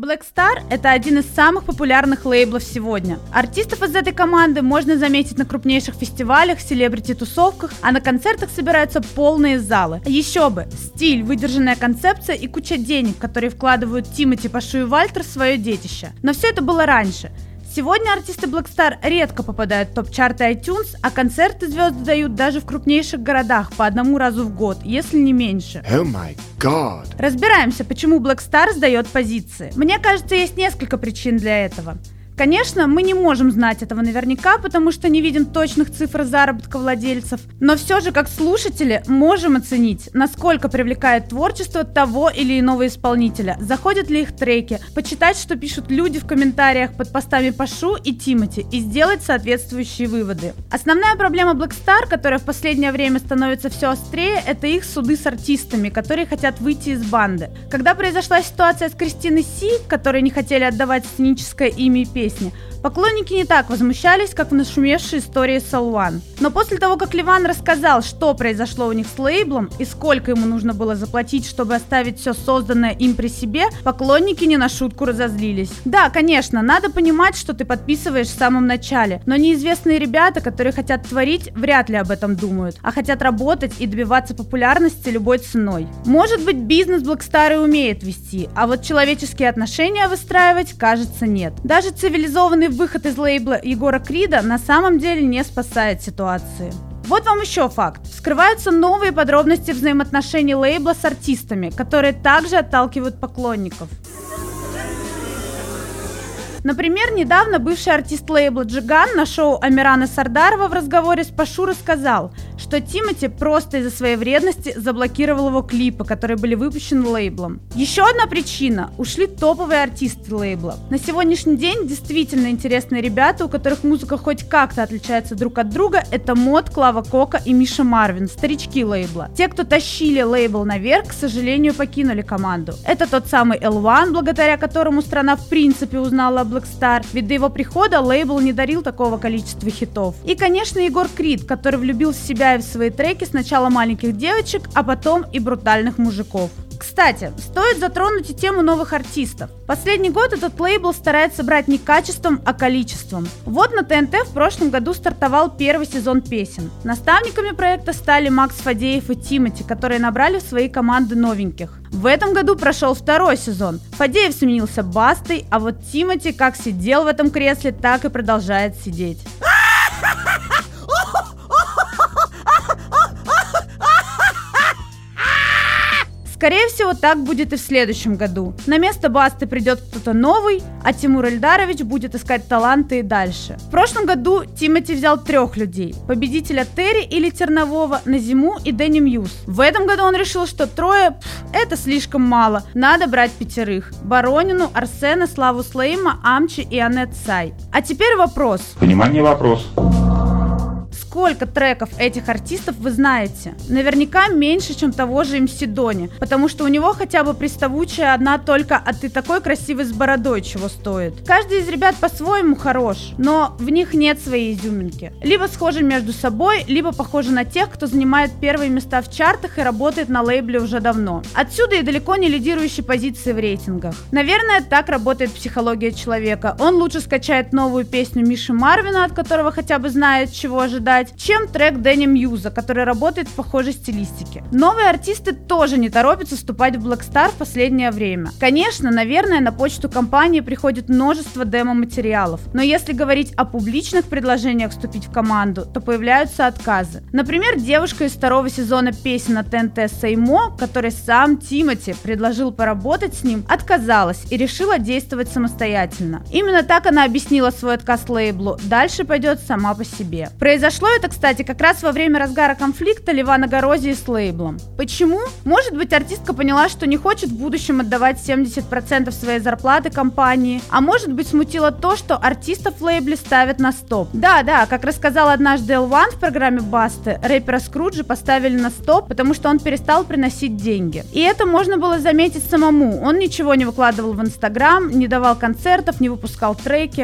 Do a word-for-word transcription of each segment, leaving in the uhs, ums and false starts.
Black Star – это один из самых популярных лейблов сегодня. Артистов из этой команды можно заметить на крупнейших фестивалях, селебрити-тусовках, а на концертах собираются полные залы. Еще бы! Стиль, выдержанная концепция и куча денег, которые вкладывают Тимати, Пашу и Вальтер в свое детище. Но все это было раньше. Сегодня артисты Black Star редко попадают в топ-чарты iTunes, а концерты звезды дают даже в крупнейших городах по одному разу в год, если не меньше. Oh my God. Разбираемся, почему Black Star сдает позиции. Мне кажется, есть несколько причин для этого. Конечно, мы не можем знать этого наверняка, потому что не видим точных цифр заработка владельцев, но все же, как слушатели, можем оценить, насколько привлекает творчество того или иного исполнителя, заходят ли их треки, почитать, что пишут люди в комментариях под постами Пашу и Тимати, и сделать соответствующие выводы. Основная проблема Black Star, которая в последнее время становится все острее, это их суды с артистами, которые хотят выйти из банды. Когда произошла ситуация с Кристиной Си, которые не хотели отдавать сценическое имя и песни, поклонники не так возмущались, как в нашумевшей истории с эл уан. Но после того, как Ливан рассказал, что произошло у них с лейблом и сколько ему нужно было заплатить, чтобы оставить все созданное им при себе, поклонники не на шутку разозлились. Да, конечно, надо понимать, что ты подписываешь в самом начале, но неизвестные ребята, которые хотят творить, вряд ли об этом думают, а хотят работать и добиваться популярности любой ценой. Может быть, бизнес Black Star и умеет вести, а вот человеческие отношения выстраивать, кажется, нет. Даже цивилизованный Цивилизованный выход из лейбла Егора Крида на самом деле не спасает ситуации. Вот вам еще факт. Вскрываются новые подробности взаимоотношений лейбла с артистами, которые также отталкивают поклонников. Например, недавно бывший артист лейбла Джиган на шоу Амирана Сардарова в разговоре с Пашу рассказал, что Тимати просто из-за своей вредности заблокировал его клипы, которые были выпущены лейблом. Еще одна причина – ушли топовые артисты лейбла. На сегодняшний день действительно интересные ребята, у которых музыка хоть как-то отличается друг от друга, это Мод, Клава Кока и Миша Марвин, старички лейбла. Те, кто тащили лейбл наверх, к сожалению, покинули команду. Это тот самый эл уан, благодаря которому страна в принципе узнала Black Star, ведь до его прихода лейбл не дарил такого количества хитов. И, конечно, Егор Крид, который влюбил в себя и в свои треки сначала маленьких девочек, а потом и брутальных мужиков. Кстати, стоит затронуть и тему новых артистов. Последний год этот лейбл старается брать не качеством, а количеством. Вот на тэ эн тэ в прошлом году стартовал первый сезон песен. Наставниками проекта стали Макс Фадеев и Тимати, которые набрали в свои команды новеньких. В этом году прошел второй сезон. Фадеев сменился Бастой, а вот Тимати как сидел в этом кресле, так и продолжает сидеть. Скорее всего, так будет и в следующем году. На место Басты придет кто-то новый, а Тимур Эльдарович будет искать таланты и дальше. В прошлом году Тимати взял трех людей. Победителя Терри или Тернового, Назиму и Дэнни Мьюз. В этом году он решил, что трое пф, это слишком мало, надо брать пятерых. Боронину, Арсена, Славу Слейма, Амчи и Анет Сай. А теперь вопрос. Внимание, вопрос. Сколько треков этих артистов вы знаете? Наверняка меньше, чем того же эм си Дони, потому что у него хотя бы приставучая одна только «а ты такой красивый с бородой» чего стоит. Каждый из ребят по-своему хорош, но в них нет своей изюминки. Либо схожи между собой, либо похожи на тех, кто занимает первые места в чартах и работает на лейбле уже давно. Отсюда и далеко не лидирующие позиции в рейтингах. Наверное, так работает психология человека. Он лучше скачает новую песню Миши Марвина, от которого хотя бы знает, чего ожидать, чем трек Дэнни Мьюза, который работает в похожей стилистике. Новые артисты тоже не торопятся вступать в Black Star в последнее время. Конечно, наверное, на почту компании приходит множество демо-материалов, но если говорить о публичных предложениях вступить в команду, то появляются отказы. Например, девушка из второго сезона песен на тэ эн тэ Сеймо, которой сам Тимати предложил поработать с ним, отказалась и решила действовать самостоятельно. Именно так она объяснила свой отказ лейблу, дальше пойдет сама по себе. Произошло это, кстати, как раз во время разгара конфликта Ливана Горозии с лейблом. Почему? Может быть, артистка поняла, что не хочет в будущем отдавать семьдесят процентов своей зарплаты компании, а может быть, смутило то, что артистов в лейбле ставят на стоп. Да-да, как рассказал однажды эл уан в программе Басты, рэпера Скруджа поставили на стоп, потому что он перестал приносить деньги. И это можно было заметить самому. Он ничего не выкладывал в Инстаграм, не давал концертов, не выпускал треки.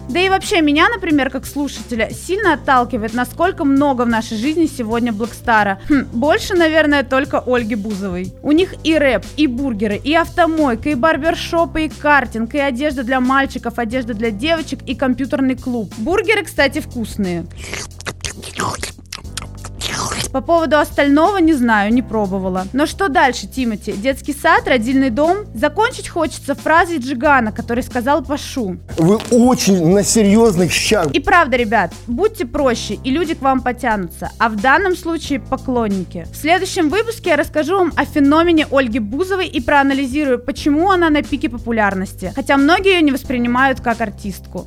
Да и вообще меня, например, как слушателя, сильно отталкивает, насколько много в нашей жизни сегодня Блэкстара. Хм, больше, наверное, только Ольги Бузовой. У них и рэп, и бургеры, и автомойка, и барбершопы, и картинг, и одежда для мальчиков, одежда для девочек, и компьютерный клуб. Бургеры, кстати, вкусные. По поводу остального не знаю, не пробовала. Но что дальше, Тимати? Детский сад, родильный дом? Закончить хочется фразой Джигана, который сказал Пашу. Вы очень на серьезных щах. И правда, ребят, будьте проще, и люди к вам потянутся. А в данном случае поклонники. В следующем выпуске я расскажу вам о феномене Ольги Бузовой и проанализирую, почему она на пике популярности. Хотя многие ее не воспринимают как артистку.